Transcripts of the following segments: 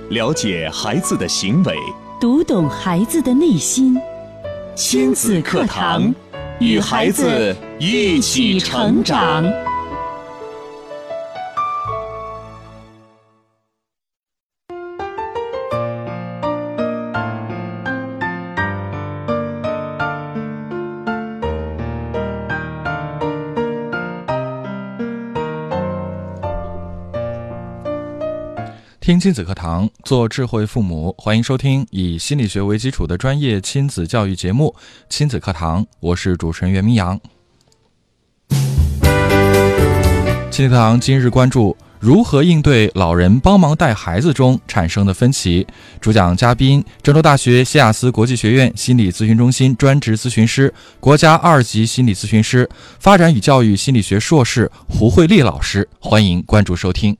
了解孩子的行为， 读懂孩子的内心。 亲子课堂，与孩子一起成长。 听亲子课堂，做智慧父母，欢迎收听以心理学为基础的专业亲子教育节目《亲子课堂》，我是主持人袁明阳。亲子课堂今日关注如何应对老人帮忙带孩子中产生的分歧。主讲嘉宾：郑州大学西雅斯国际学院心理咨询中心专职咨询师、国家2级心理咨询师、发展与教育心理学硕士胡慧丽老师。欢迎关注收听。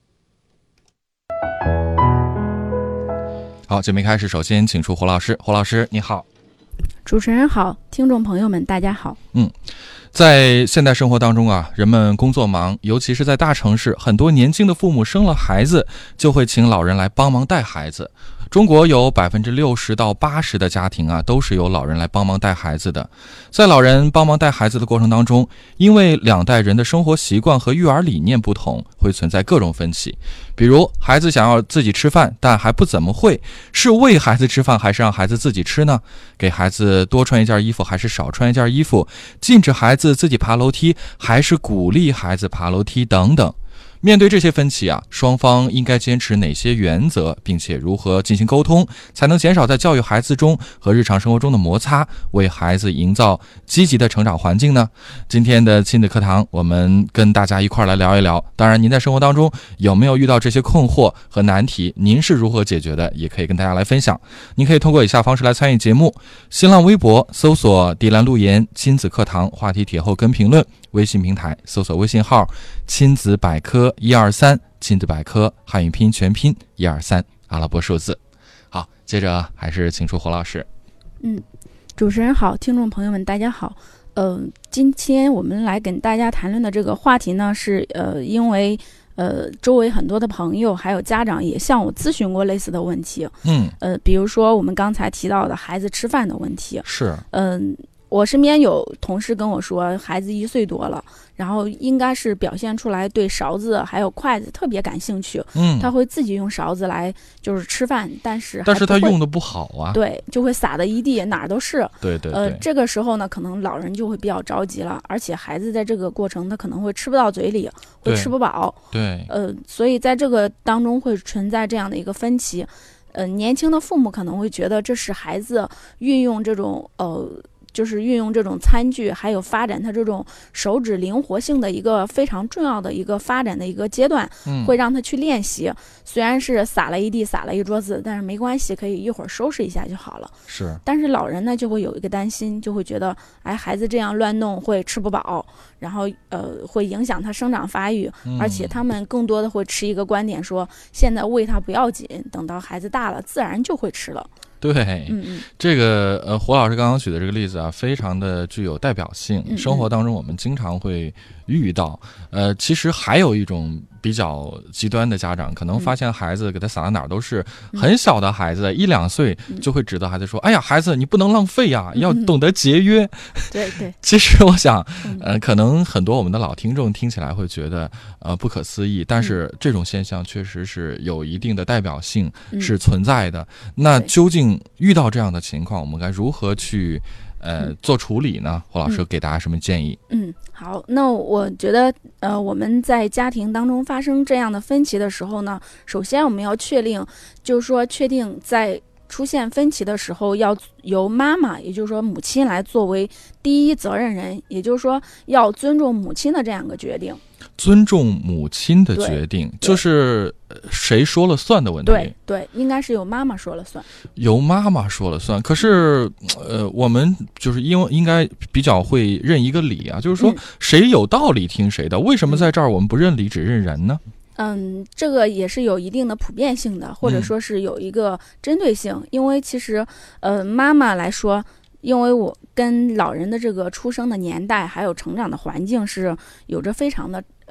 好，节目开始，首先请出胡老师。胡老师，你好。 主持人好，听众朋友们，大家好。 在现代生活当中啊，人们工作忙，尤其是在大城市，很多年轻的父母生了孩子，就会请老人来帮忙带孩子。中国有60%到80%的家庭啊，都是由老人来帮忙带孩子的。在老人帮忙带孩子的过程当中，因为两代人的生活习惯和育儿理念不同，会存在各种分歧。比如孩子想要自己吃饭，但还不怎么会，是喂孩子吃饭还是让孩子自己吃呢？给孩子多穿一件衣服还是少穿一件衣服？禁止孩子自己爬楼梯还是鼓励孩子爬楼梯等等。面对这些分歧啊，双方应该坚持哪些原则，并且如何进行沟通，才能减少在教育孩子中和日常生活中的摩擦，为孩子营造积极的成长环境呢？今天的亲子课堂，我们跟大家一块来聊一聊。当然，您在生活当中有没有遇到这些困惑和难题？您是如何解决的？也可以跟大家来分享。您可以通过以下方式来参与节目：新浪微博搜索“迪兰路言亲子课堂”话题帖后跟评论。微信平台搜索微信号亲子百科123，亲子百科汉语拼音全拼123阿拉伯数字。好，接着还是请出胡老师。 主持人好，听众朋友们大家好。今天我们来跟大家谈论的这个话题呢，是因为周围很多的朋友还有家长也向我咨询过类似的问题。比如说我们刚才提到的孩子吃饭的问题。 是。 我身边有同事跟我说，孩子1岁多了，然后应该是表现出来对勺子还有筷子特别感兴趣。他会自己用勺子来就是吃饭，但是他用的不好啊。 对，就会撒的一地，哪儿都是。 对。 这个时候呢，可能老人就会比较着急了，而且孩子在这个过程他可能会吃不到嘴里，会吃不饱。 对。 所以在这个当中会存在这样的一个分歧。年轻的父母可能会觉得这是孩子运用这种就是运用这种餐具，还有发展他这种手指灵活性的一个非常重要的一个发展的一个阶段，会让他去练习。虽然是撒了一地，撒了一桌子，但是没关系，可以一会儿收拾一下就好了。 是。 但是老人呢，就会有一个担心，就会觉得，孩子这样乱弄会吃不饱，然后会影响他生长发育，而且他们更多的会持一个观点说，现在喂他不要紧，等到孩子大了，自然就会吃了。 对，这个胡老师刚刚举的这个例子啊，非常的具有代表性。生活当中我们经常会遇到。其实还有一种比较极端的家长，可能发现孩子给他撒到哪儿都是，很小的孩子1、2岁就会指责孩子说：“哎呀，孩子你不能浪费呀，要懂得节约。” 对。 其实我想，可能很多我们的老听众听起来会觉得不可思议，但是这种现象确实是有一定的代表性，是存在的。那究竟遇到这样的情况，我们该如何去做处理呢？胡老师给大家什么建议？ 好，那我觉得我们在家庭当中发生这样的分歧的时候呢，首先我们要确定在出现分歧的时候，要由妈妈，也就是说母亲来作为第一责任人，也就是说要尊重母亲的这样一个决定。 尊重母亲的决定，就是谁说了算的问题。 对，应该是由妈妈说了算。由妈妈说了算。可是我们就是应该比较会认一个理啊，就是说谁有道理听谁的。为什么在这儿我们不认理只认人呢？ 这个也是有一定的普遍性的，或者说是有一个针对性。因为其实妈妈来说，因为我跟老人的这个出生的年代还有成长的环境是有着非常的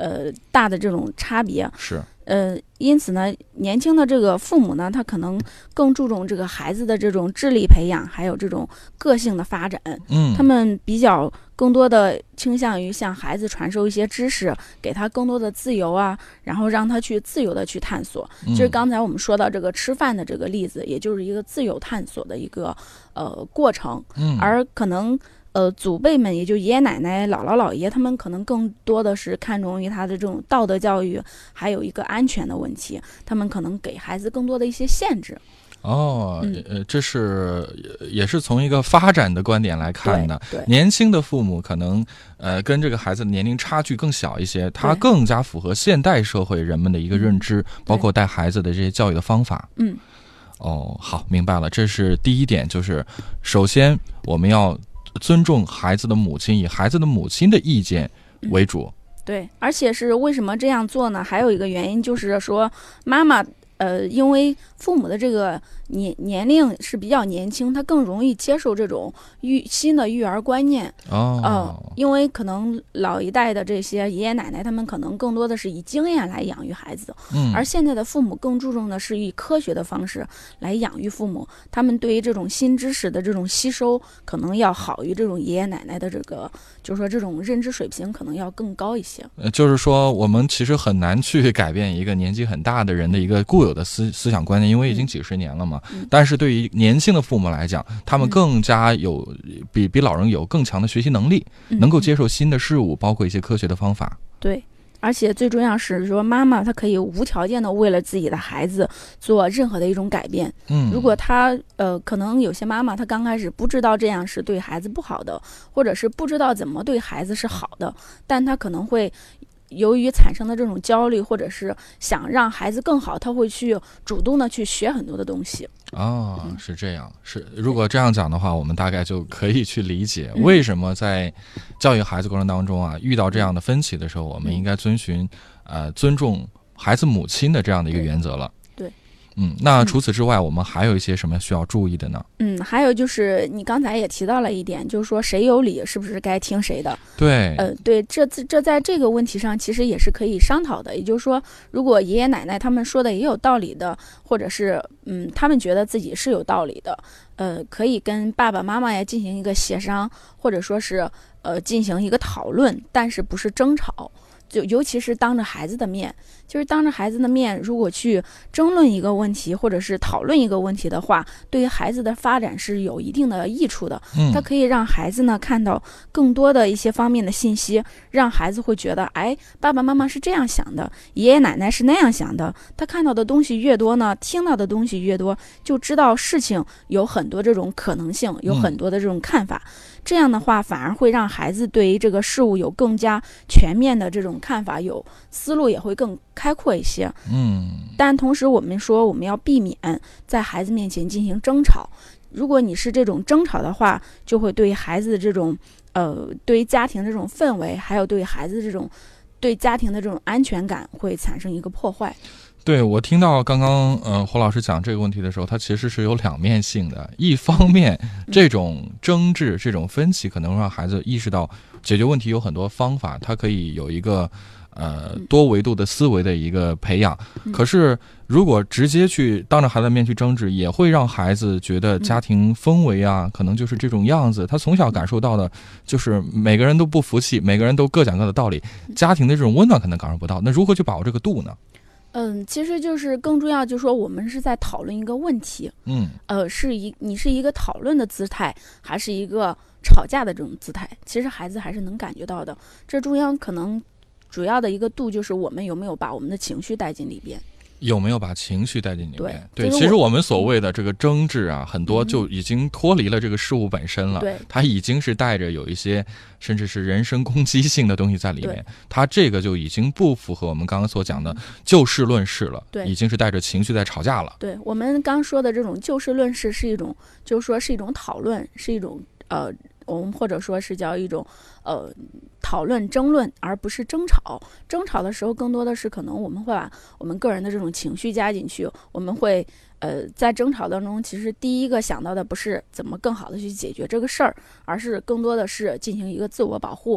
大的这种差别。 是。 因此呢，年轻的这个父母呢，他可能更注重这个孩子的这种智力培养，还有这种个性的发展。他们比较更多的倾向于向孩子传授一些知识，给他更多的自由啊，然后让他去自由的去探索。就是刚才我们说到这个吃饭的这个例子，也就是一个自由探索的一个过程。而可能祖辈们，也就爷爷奶奶、姥姥姥爷，他们可能更多的是看重于他的这种道德教育，还有一个安全的问题，他们可能给孩子更多的一些限制。 这是也是从一个发展的观点来看的。年轻的父母可能跟这个孩子的年龄差距更小一些，他更加符合现代社会人们的一个认知，包括带孩子的这些教育的方法。好，明白了，这是第一点，就是首先我们要尊重孩子的母亲，以孩子的母亲的意见为主。 对，而且是为什么这样做呢？还有一个原因就是说，妈妈因为父母的这个年龄是比较年轻，他更容易接受这种新的育儿观念。因为可能老一代的这些爷爷奶奶，他们可能更多的是以经验来养育孩子，而现在的父母更注重的是以科学的方式来养育父母，他们对于这种新知识的这种吸收，可能要好于这种爷爷奶奶的这个，就是说这种认知水平可能要更高一些。 就是说我们其实很难去改变一个年纪很大的人的一个固有的思想观念，因为已经几十年了嘛。但是对于年轻的父母来讲，他们更加有比老人有更强的学习能力，能够接受新的事物，包括一些科学的方法。 对，而且最重要是说，妈妈她可以无条件的为了自己的孩子做任何的一种改变。如果她可能有些妈妈她刚开始不知道这样是对孩子不好的，或者是不知道怎么对孩子是好的，但她可能会由于产生的这种焦虑，或者是想让孩子更好，他会去主动的去学很多的东西。 是这样。如果这样讲的话，我们大概就可以去理解为什么在教育孩子过程当中啊，遇到这样的分歧的时候，我们应该遵循尊重孩子母亲的这样的一个原则了。 对。 那除此之外，我们还有一些什么需要注意的呢？ 还有就是你刚才也提到了一点，就是说谁有理是不是该听谁的？ 对， 对，这在这个问题上其实也是可以商讨的。也就是说，如果爷爷奶奶他们说的也有道理的，或者是他们觉得自己是有道理的，可以跟爸爸妈妈呀进行一个协商，或者说是进行一个讨论，但是不是争吵。就尤其是当着孩子的面，就是当着孩子的面，如果去争论一个问题或者是讨论一个问题的话，对于孩子的发展是有一定的益处的。它可以让孩子呢看到更多的一些方面的信息，让孩子会觉得，爸爸妈妈是这样想的，爷爷奶奶是那样想的。他看到的东西越多呢，听到的东西越多，就知道事情有很多这种可能性，有很多的这种看法。这样的话反而会让孩子对于这个事物有更加全面的这种看法，有思路也会更开阔一些。但同时我们说我们要避免在孩子面前进行争吵。如果你是这种争吵的话，就会对孩子的这种对于家庭的这种氛围，还有对孩子这种对家庭的这种安全感会产生一个破坏。 对，我听到刚刚胡老师讲这个问题的时候，它其实是有两面性的。一方面，这种争执、这种分歧可能让孩子意识到解决问题有很多方法，他可以有一个多维度的思维的一个培养。可是如果直接去当着孩子的面去争执，也会让孩子觉得家庭氛围啊，可能就是这种样子。他从小感受到的就是每个人都不服气，每个人都各讲各的道理，家庭的这种温暖可能感受不到。那如何去把握这个度呢？ 其实就是更重要，就是说我们是在讨论一个问题。你是一个讨论的姿态，还是一个吵架的这种姿态？其实孩子还是能感觉到的。这中央可能主要的一个度就是我们有没有把我们的情绪带进里边。 有没有把情绪带进里面？ 对， 其实我们所谓的这个争执啊，很多就已经脱离了这个事物本身了。它已经是带着有一些甚至是人身攻击性的东西在里面。它这个就已经不符合我们刚刚所讲的就事论事了。已经是带着情绪在吵架了。 对，我们刚说的这种就事论事是一种，就是说是一种讨论，是一种我们或者说是叫一种讨论争论，而不是争吵。争吵的时候更多的是可能我们会把我们个人的这种情绪加进去，我们会在争吵当中其实第一个想到的不是怎么更好的去解决这个事儿，而是更多的是进行一个自我保护。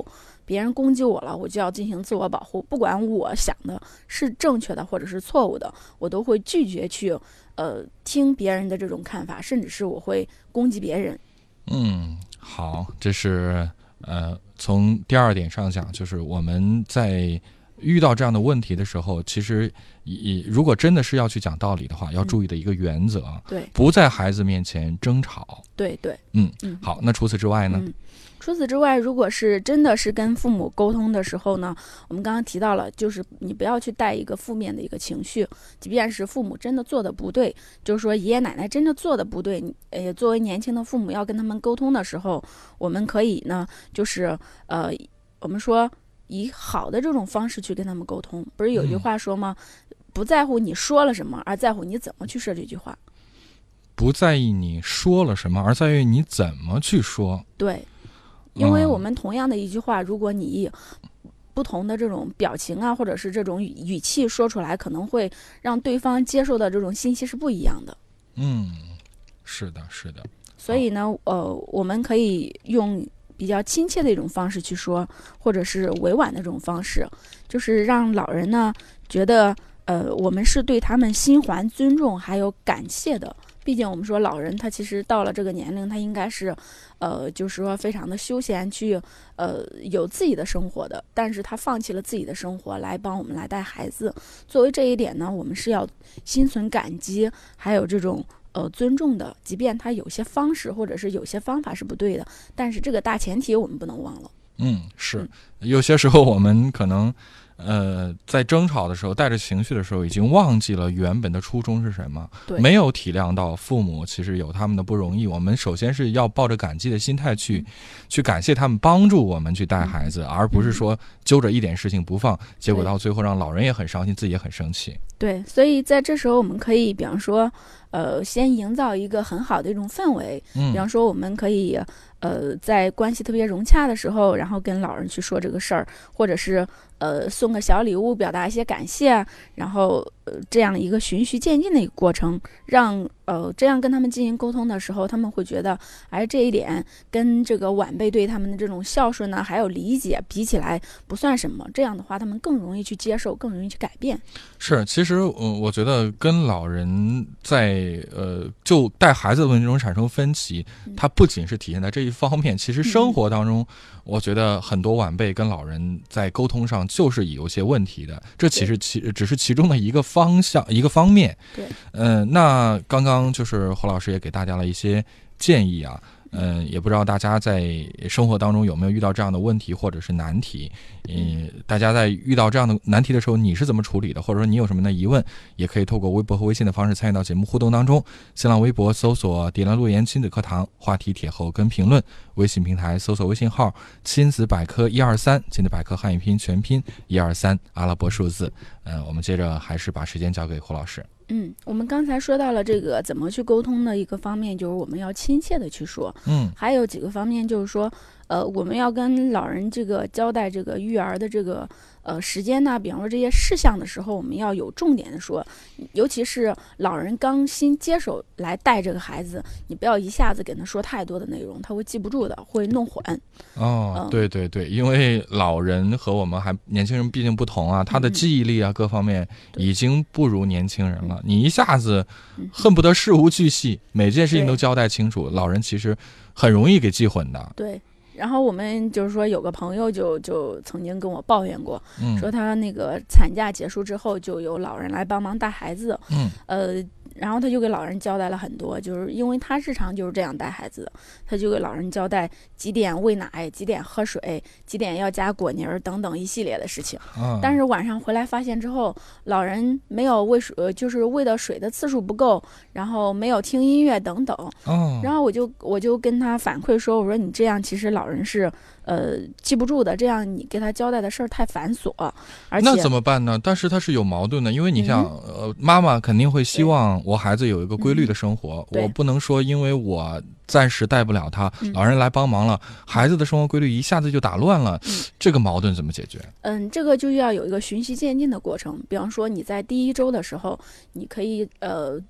别人攻击我了，我就要进行自我保护，不管我想的是正确的或者是错误的，我都会拒绝去听别人的这种看法，甚至是我会攻击别人。 好，这是从第二点上讲，就是我们在遇到这样的问题的时候，其实如果真的是要去讲道理的话，要注意的一个原则， 对， 不在孩子面前争吵。 对对， 好，那除此之外呢？ 除此之外，如果是真的是跟父母沟通的时候呢，我们刚刚提到了，就是你不要去带一个负面的一个情绪，即便是父母真的做的不对，就是说爷爷奶奶真的做的不对，作为年轻的父母要跟他们沟通的时候，我们可以呢，就是我们说以好的这种方式去跟他们沟通。不是有句话说吗？不在乎你说了什么，而在乎你怎么去说这句话。 不在意你说了什么，而在于你怎么去说。 对。因为我们同样的一句话，如果你以不同的这种表情啊，或者是这种语气说出来，可能会让对方接受的这种信息是不一样的。 是的，是的。 所以呢，我们可以用比较亲切的一种方式去说，或者是委婉的这种方式，就是让老人呢觉得，我们是对他们心怀尊重还有感谢的。毕竟我们说老人他其实到了这个年龄，他应该是就是说非常的休闲，去有自己的生活的，但是他放弃了自己的生活来帮我们来带孩子。作为这一点呢，我们是要心存感激还有这种尊重的，即便他有些方式或者是有些方法是不对的，但是这个大前提我们不能忘了。 是有些时候我们可能在争吵的时候带着情绪的时候，已经忘记了原本的初衷是什么，没有体谅到父母其实有他们的不容易。我们首先是要抱着感激的心态去感谢他们帮助我们去带孩子，而不是说揪着一点事情不放，结果到最后让老人也很伤心，自己也很生气。 对，所以在这时候我们可以比方说先营造一个很好的一种氛围，比方说我们可以在关系特别融洽的时候，然后跟老人去说这个事儿，或者是送个小礼物表达一些感谢，然后这样一个循序渐进的一个过程，让这样跟他们进行沟通的时候，他们会觉得这一点跟这个晚辈对他们的这种孝顺呢还有理解比起来不算什么，这样的话他们更容易去接受，更容易去改变。 是，其实我觉得跟老人在就带孩子的问题中产生分歧，它不仅是体现在这一方面，其实生活当中我觉得很多晚辈跟老人在沟通上就是有些问题的，这只是其中的一个方向一个方面。 对， 那刚刚就是侯老师也给大家了一些建议啊，也不知道大家在生活当中有没有遇到这样的问题或者是难题。大家在遇到这样的难题的时候，你是怎么处理的？或者说你有什么的疑问，也可以透过微博和微信的方式参与到节目互动当中。新浪微博搜索迪兰路言亲子课堂，话题帖后跟评论；微信平台搜索微信号亲子百科123，亲子百科汉语拼音全拼123阿拉伯数字。我们接着还是把时间交给胡老师。 我们刚才说到了这个怎么去沟通的一个方面，就是我们要亲切的去说。还有几个方面就是说，我们要跟老人这个交代这个育儿的这个时间呢，比方说这些事项的时候，我们要有重点的说，尤其是老人刚新接手来带这个孩子，你不要一下子给他说太多的内容，他会记不住的，会弄混。 对对对，因为老人和我们年轻人毕竟不同啊，他的记忆力啊各方面已经不如年轻人了。你一下子恨不得事无巨细，每件事情都交代清楚，老人其实很容易给记混的。 对。然后我们就是说有个朋友就曾经跟我抱怨过，说他那个产假结束之后就有老人来帮忙带孩子，然后他就给老人交代了很多，就是因为他日常就是这样带孩子的，他就给老人交代几点喂奶，几点喝水，几点要加果泥等等一系列的事情。但是晚上回来发现之后，老人没有喂水，就是喂的水的次数不够，然后没有听音乐等等。然后我就跟他反馈说，我说你这样其实老人是记不住的，这样你给他交代的事儿太繁琐，而且那怎么办呢？但是他是有矛盾的，因为你想，妈妈肯定会希望我孩子有一个规律的生活，我不能说因为我暂时带不了他，老人来帮忙了，孩子的生活规律一下子就打乱了，这个矛盾怎么解决？ 这个就要有一个循序渐进的过程。比方说你在第1周的时候，你可以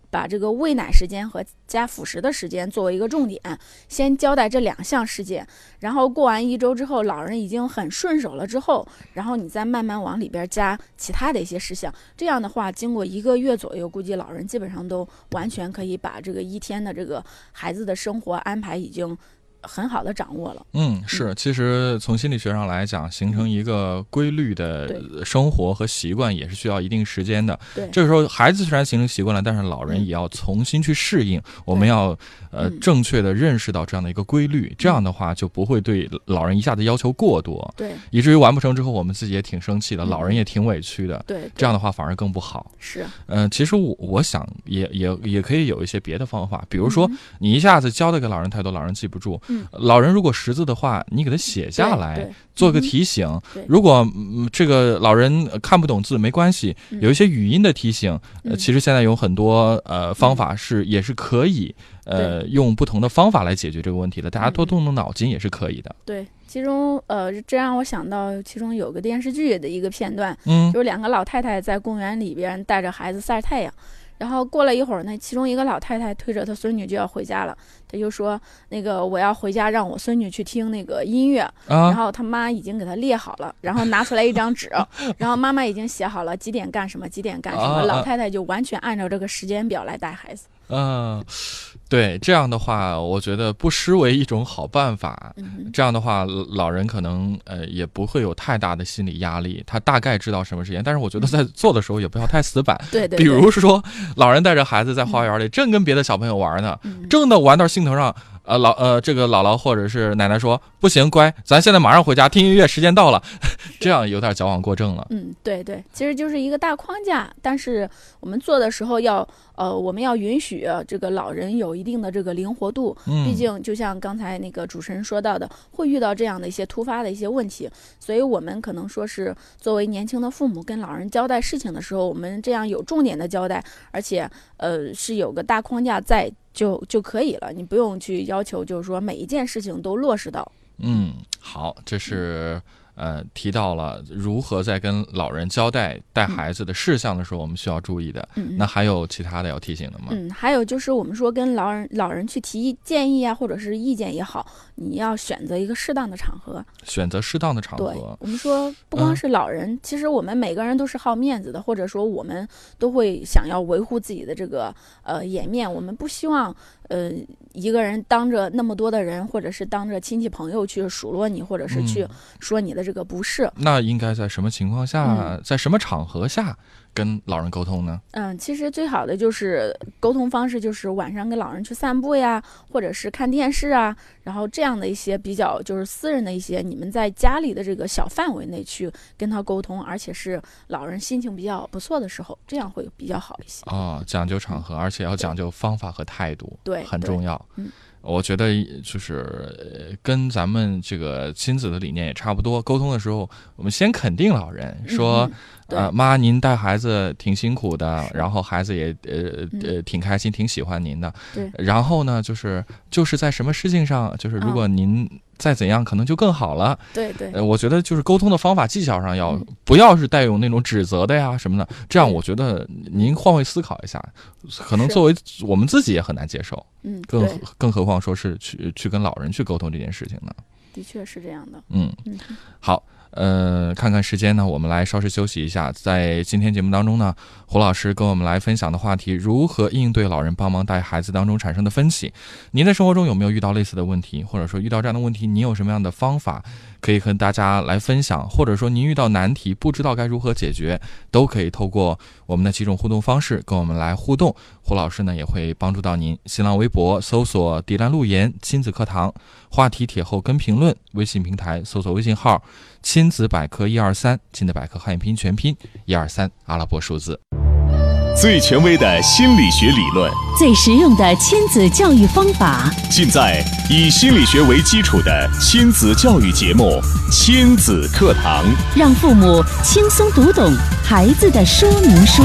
把这个喂奶时间和加辅食的时间作为一个重点，先交代这2项事件，然后过完1周之后，老人已经很顺手了之后，然后你再慢慢往里边加其他的一些事项。这样的话，经过1个月左右，估计老人基本上都完全可以把这个1天的这个孩子的生活安排已经很好的掌握了。 是，其实从心理学上来讲，形成一个规律的生活和习惯也是需要一定时间的。 对， 这个时候孩子虽然形成习惯了，但是老人也要重新去适应。我们要正确的认识到这样的一个规律，这样的话就不会对老人一下子要求过多， 对， 以至于完不成之后，我们自己也挺生气的，老人也挺委屈的。 对， 这样的话反而更不好。 是， 其实我想也可以有一些别的方法，比如说你一下子教的给老人太多，老人记不住。老人如果识字的话，你给他写下来，做个提醒。如果这个老人看不懂字没关系，有一些语音的提醒。其实现在有很多方法也是可以用不同的方法来解决这个问题的，大家多动动脑筋也是可以的。 对，其中这让我想到其中有个电视剧的一个片段，就是2个老太太在公园里边带着孩子晒太阳。然后过了一会儿呢，其中一个老太太推着她孙女就要回家了，她就说那个我要回家，让我孙女去听那个音乐。然后她妈已经给她列好了，然后拿出来一张纸，然后妈妈已经写好了几点干什么，几点干什么，老太太就完全按照这个时间表来带孩子。 对，这样的话我觉得不失为一种好办法。这样的话老人可能也不会有太大的心理压力，他大概知道什么时间，但是我觉得在做的时候也不要太死板。 对， 比如说老人带着孩子在花园里正跟别的小朋友玩呢，正的玩到兴头上，这个姥姥或者是奶奶说不行，乖，咱现在马上回家听音乐，时间到了。这样有点矫枉过正了。 对，其实就是一个大框架，但是我们做的时候我们要允许这个老人有一定的这个灵活度。毕竟就像刚才那个主持人说到的，会遇到这样的一些突发的一些问题，所以我们可能说是作为年轻的父母跟老人交代事情的时候，我们这样有重点的交代，而且是有个大框架在就可以了，你不用去要求就是说每一件事情都落实到。 好，这是提到了如何在跟老人交代带孩子的事项的时候我们需要注意的。那还有其他的要提醒的吗？ 还有就是我们说跟老人去提建议啊，或者是意见也好，你要选择一个适当的场合。 选择适当的场合。 对，我们说不光是老人，其实我们每个人都是好面子的，或者说我们都会想要维护自己的这个颜面，我们不希望一个人当着那么多的人，或者是当着亲戚朋友去数落你，或者是去说你的这个不是。 那应该在什么情况下，在什么场合下跟老人沟通呢？ 其实最好的就是沟通方式就是晚上跟老人去散步呀，或者是看电视啊，然后这样的一些比较就是私人的一些，你们在家里的这个小范围内去跟他沟通，而且是老人心情比较不错的时候，这样会比较好一些。 讲究场合，而且要讲究方法和态度， 对， 很重要。我觉得就是跟咱们这个亲子的理念也差不多，沟通的时候我们先肯定老人，说妈您带孩子挺辛苦的，然后孩子也挺开心挺喜欢您的。 对， 然后呢就是在什么事情上，就是如果您再怎样可能就更好了。 对， 我觉得就是沟通的方法技巧上不要是带有那种指责的呀什么的，这样我觉得您换位思考一下，可能作为我们自己也很难接受。更何况说是去跟老人去沟通这件事情呢？ 的确是这样的。 好。看看时间呢，我们来稍事休息一下。在今天节目当中呢，胡老师跟我们来分享的话题，如何应对老人帮忙带孩子当中产生的分歧。您的生活中有没有遇到类似的问题，或者说遇到这样的问题，你有什么样的方法可以和大家来分享，或者说您遇到难题不知道该如何解决，都可以透过我们的几种互动方式跟我们来互动。胡老师呢也会帮助到您。新浪微博搜索迪兰路言亲子课堂，话题帖后跟评论，微信平台搜索微信号亲子百科123，亲子百科汉语拼音全拼123阿拉伯数字。 最权威的心理学理论， 最实用的亲子教育方法， 尽在以心理学为基础的亲子教育节目《亲子课堂》， 让父母轻松读懂孩子的说明书。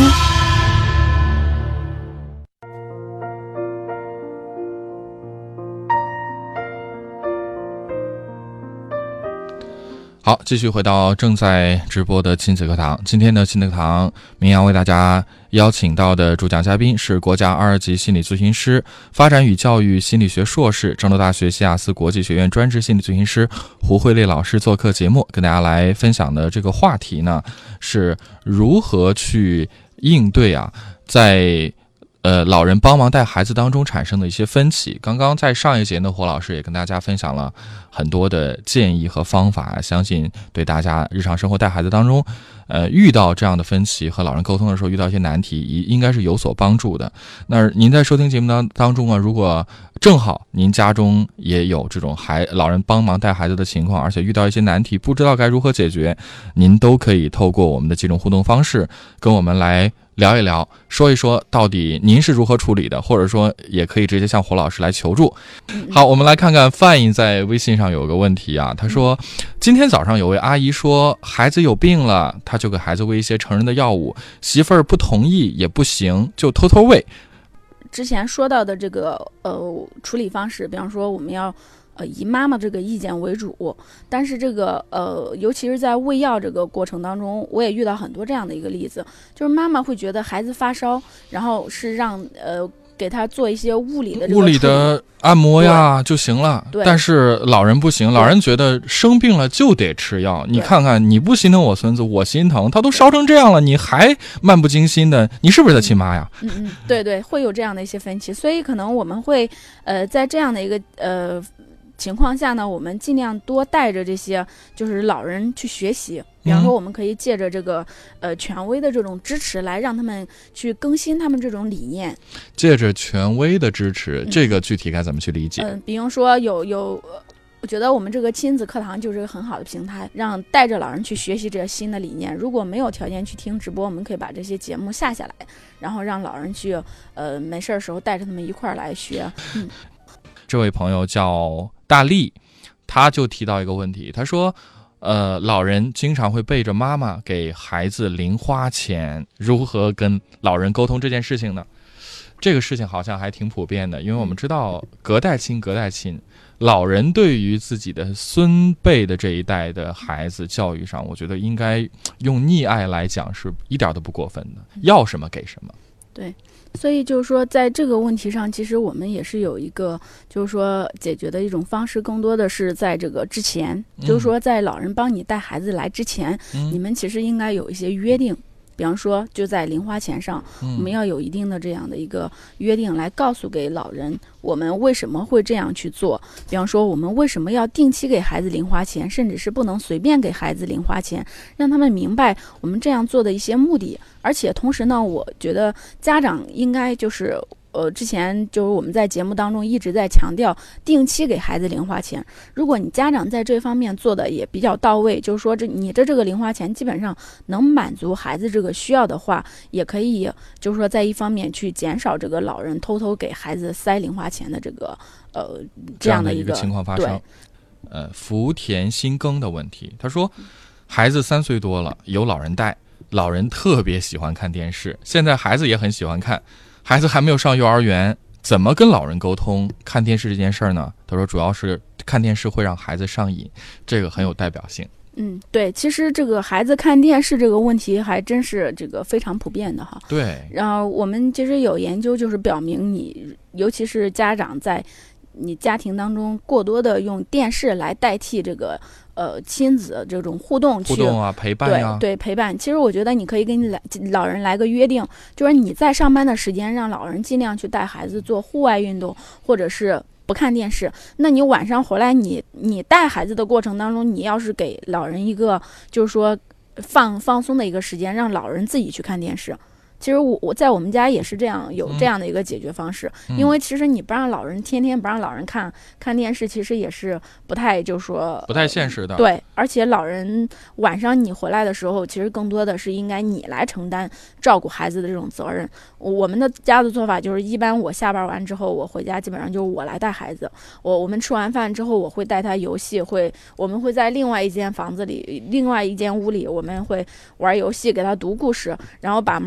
好，继续回到正在直播的亲子课堂。今天的亲子课堂，明阳为大家邀请到的主讲嘉宾是国家2级心理咨询师、发展与教育心理学硕士、郑州大学西雅斯国际学院专职心理咨询师胡慧丽老师做客节目，跟大家来分享的这个话题呢，是如何去应对在老人帮忙带孩子当中产生的一些分歧。刚刚在上一节呢，胡老师也跟大家分享了很多的建议和方法，相信对大家日常生活带孩子当中遇到这样的分歧和老人沟通的时候遇到一些难题，应该是有所帮助的。那您在收听节目当中如果正好您家中也有这种老人帮忙带孩子的情况，而且遇到一些难题不知道该如何解决，您都可以透过我们的几种互动方式跟我们来聊一聊，说一说到底您是如何处理的，或者说也可以直接向胡老师来求助。好，我们来看看范颖在微信上有个问题他说今天早上有位阿姨说孩子有病了，他就给孩子喂一些成人的药物，媳妇儿不同意也不行，就偷偷喂。 之前说到的这个处理方式，比方说我们要以妈妈这个意见为主，但是这个尤其是在喂药这个过程当中，我也遇到很多这样的一个例子，就是妈妈会觉得孩子发烧，然后是让给他做一些物理的按摩就行了，但是老人不行，老人觉得生病了就得吃药。你看看，你不心疼我孙子，我心疼，他都烧成这样了，你还漫不经心的，你是不是他亲妈呀？ 对，会有这样的一些分歧，所以可能我们会在这样的一个情况下呢，我们尽量多带着这些就是老人去学习，比方说我们可以借着这个权威的这种支持来让他们去更新他们这种理念。 借着权威的支持，这个具体该怎么去理解？ 比如说我觉得我们这个亲子课堂就是一个很好的平台，让带着老人去学习这些新的理念。如果没有条件去听直播，我们可以把这些节目下下来，然后让老人去没事的时候带着他们一块儿来学。 这位朋友叫大力，他就提到一个问题，他说老人经常会背着妈妈给孩子零花钱，如何跟老人沟通这件事情呢？这个事情好像还挺普遍的，因为我们知道隔代亲，老人对于自己的孙辈的这一代的孩子教育上，我觉得应该用溺爱来讲是一点都不过分的，要什么给什么。 对，所以就是说在这个问题上，其实我们也是有一个就是说解决的一种方式，更多的是在这个之前，就是说在老人帮你带孩子来之前，你们其实应该有一些约定，比方说就在零花钱上，我们要有一定的这样的一个约定来告诉给老人我们为什么会这样去做，比方说我们为什么要定期给孩子零花钱，甚至是不能随便给孩子零花钱，让他们明白我们这样做的一些目的。而且同时呢，我觉得家长应该就是之前就是我们在节目当中一直在强调定期给孩子零花钱，如果你家长在这方面做的也比较到位，就是说你的这个零花钱基本上能满足孩子这个需要的话，也可以就是说在一方面去减少这个老人偷偷给孩子塞零花钱的这个这样的一个情况发生。福田新耕的问题，他说孩子3岁多了，有老人带，老人特别喜欢看电视，现在孩子也很喜欢看，孩子还没有上幼儿园，怎么跟老人沟通看电视这件事呢？他说主要是看电视会让孩子上瘾，这个很有代表性。 对，其实这个孩子看电视这个问题还真是这个非常普遍的哈。 对， 然后我们其实有研究就是表明你，尤其是家长在你家庭当中过多的用电视来代替这个亲子这种互动陪伴对陪伴。其实我觉得你可以跟老人来个约定，就是你在上班的时间让老人尽量去带孩子做户外运动，或者是不看电视。那你晚上回来你带孩子的过程当中，你要是给老人一个就是说放松的一个时间，让老人自己去看电视。其实我在我们家也是这样，有这样的一个解决方式。因为其实你不让老人天天不让老人看电视，其实也是不太就是说不太现实的。 对，而且老人晚上你回来的时候，其实更多的是应该你来承担照顾孩子的这种责任。我们的家的做法就是，一般我下班完之后，我回家基本上就是我来带孩子。我们吃完饭之后，我会带他游戏，我们会在另外一间房子里，另外一间屋里，我们会玩游戏，给他读故事，然后把门关上。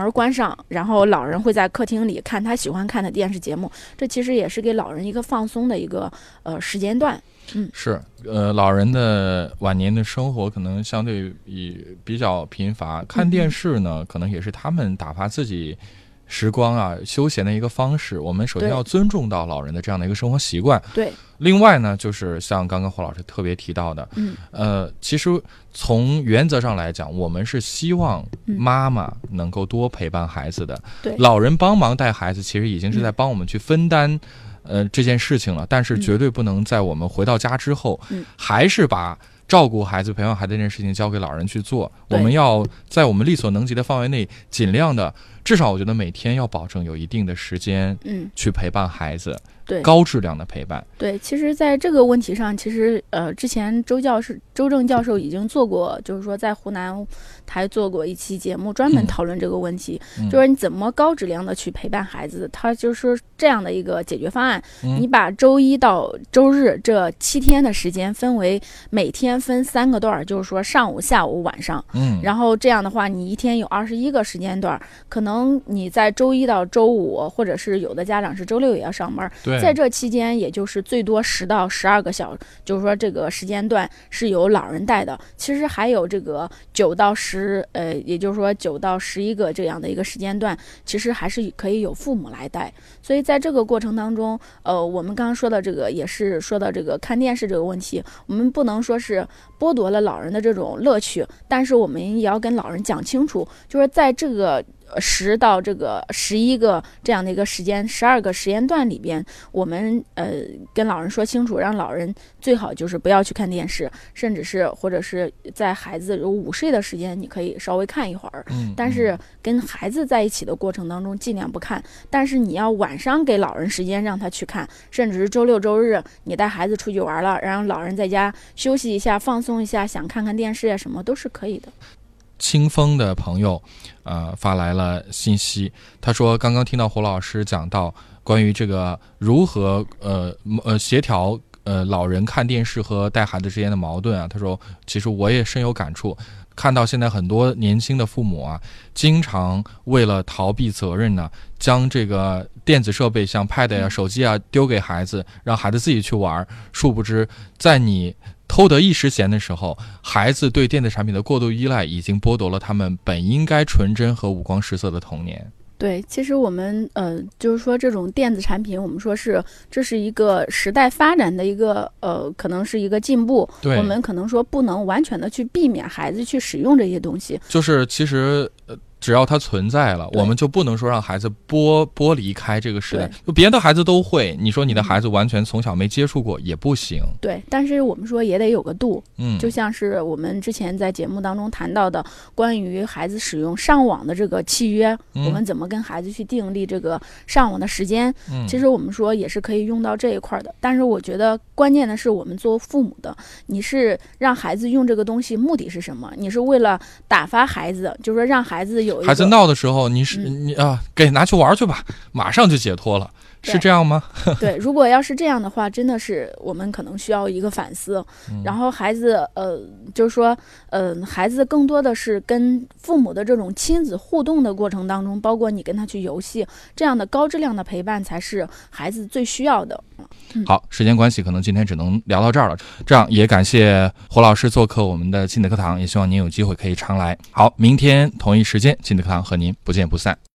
上，然后老人会在客厅里看他喜欢看的电视节目，这其实也是给老人一个放松的一个时间段。 是，老人的晚年的生活可能相对比较贫乏，看电视呢，可能也是他们打发自己时光啊、休闲的一个方式。我们首先要尊重到老人的这样的一个生活习惯。 对。 另外呢，就是像刚刚胡老师特别提到的，其实从原则上来讲，我们是希望妈妈能够多陪伴孩子的。 对。 老人帮忙带孩子，其实已经是在帮我们去分担。这件事情了，但是绝对不能在我们回到家之后，还是把照顾孩子、培养孩子这件事情交给老人去做。我们要在我们力所能及的范围内，尽量的，至少我觉得每天要保证有一定的时间，去陪伴孩子。 对， 高质量的陪伴。 对，其实在这个问题上，其实之前周正教授已经做过，就是说在湖南台做过一期节目，专门讨论这个问题，就是你怎么高质量的去陪伴孩子。他就是这样的一个解决方案，你把周一到周日这7天的时间分为每天分3个段，就是说上午、下午、晚上。然后这样的话，你一天有21个时间段，可能你在周一到周五，或者是有的家长是周六也要上班。 对。 在这期间，也就是最多10到12个小时，就是说这个时间段是由老人带的。其实还有这个9到10，也就是说9到11个这样的一个时间段，其实还是可以有父母来带。所以在这个过程当中，我们刚刚说的这个也是说到这个看电视这个问题，我们不能说是剥夺了老人的这种乐趣，但是我们也要跟老人讲清楚，就是在这个10到这个11个这样的一个时间，12个时间段里边，我们跟老人说清楚，让老人最好就是不要去看电视，甚至是或者是在孩子有午睡的时间，你可以稍微看一会儿，但是跟孩子在一起的过程当中尽量不看。但是你要晚上给老人时间让他去看，甚至是周六周日你带孩子出去玩了，然后老人在家休息一下、放松一下，想看看电视啊什么都是可以的。 清风的朋友发来了信息，他说刚刚听到胡老师讲到关于这个如何协调老人看电视和带孩子之间的矛盾啊，他说其实我也深有感触，看到现在很多年轻的父母啊，经常为了逃避责任呢，将这个电子设备像 Pad 呀、手机啊丢给孩子，让孩子自己去玩，殊不知在你偷得一时闲的时候，孩子对电子产品的过度依赖已经剥夺了他们本应该纯真和五光十色的童年。 对，其实我们就是说这种电子产品，我们说这是一个时代发展的一个可能是一个进步，我们可能说不能完全的去避免孩子去使用这些东西， 就是其实只要它存在了，我们就不能说让孩子剥离开这个时代。就别的孩子都会，你说你的孩子完全从小没接触过也不行。 对，但是我们说也得有个度。就像是我们之前在节目当中谈到的，关于孩子使用上网的这个契约，我们怎么跟孩子去订立这个上网的时间，其实我们说也是可以用到这一块的。但是我觉得关键的是我们做父母的，你是让孩子用这个东西目的是什么？你是为了打发孩子，就是说让孩子孩子闹的时候，你给拿去玩去吧，马上就解脱了，是这样吗？ 对，如果要是这样的话，真的是我们可能需要一个反思。然后孩子就是说孩子更多的是跟父母的这种亲子互动的过程当中，包括你跟他去游戏，这样的高质量的陪伴才是孩子最需要的。 好，时间关系，可能今天只能聊到这儿了。这样也感谢胡老师做客我们的亲子课堂，也希望您有机会可以常来。好，明天同一时间亲子课堂和您不见不散。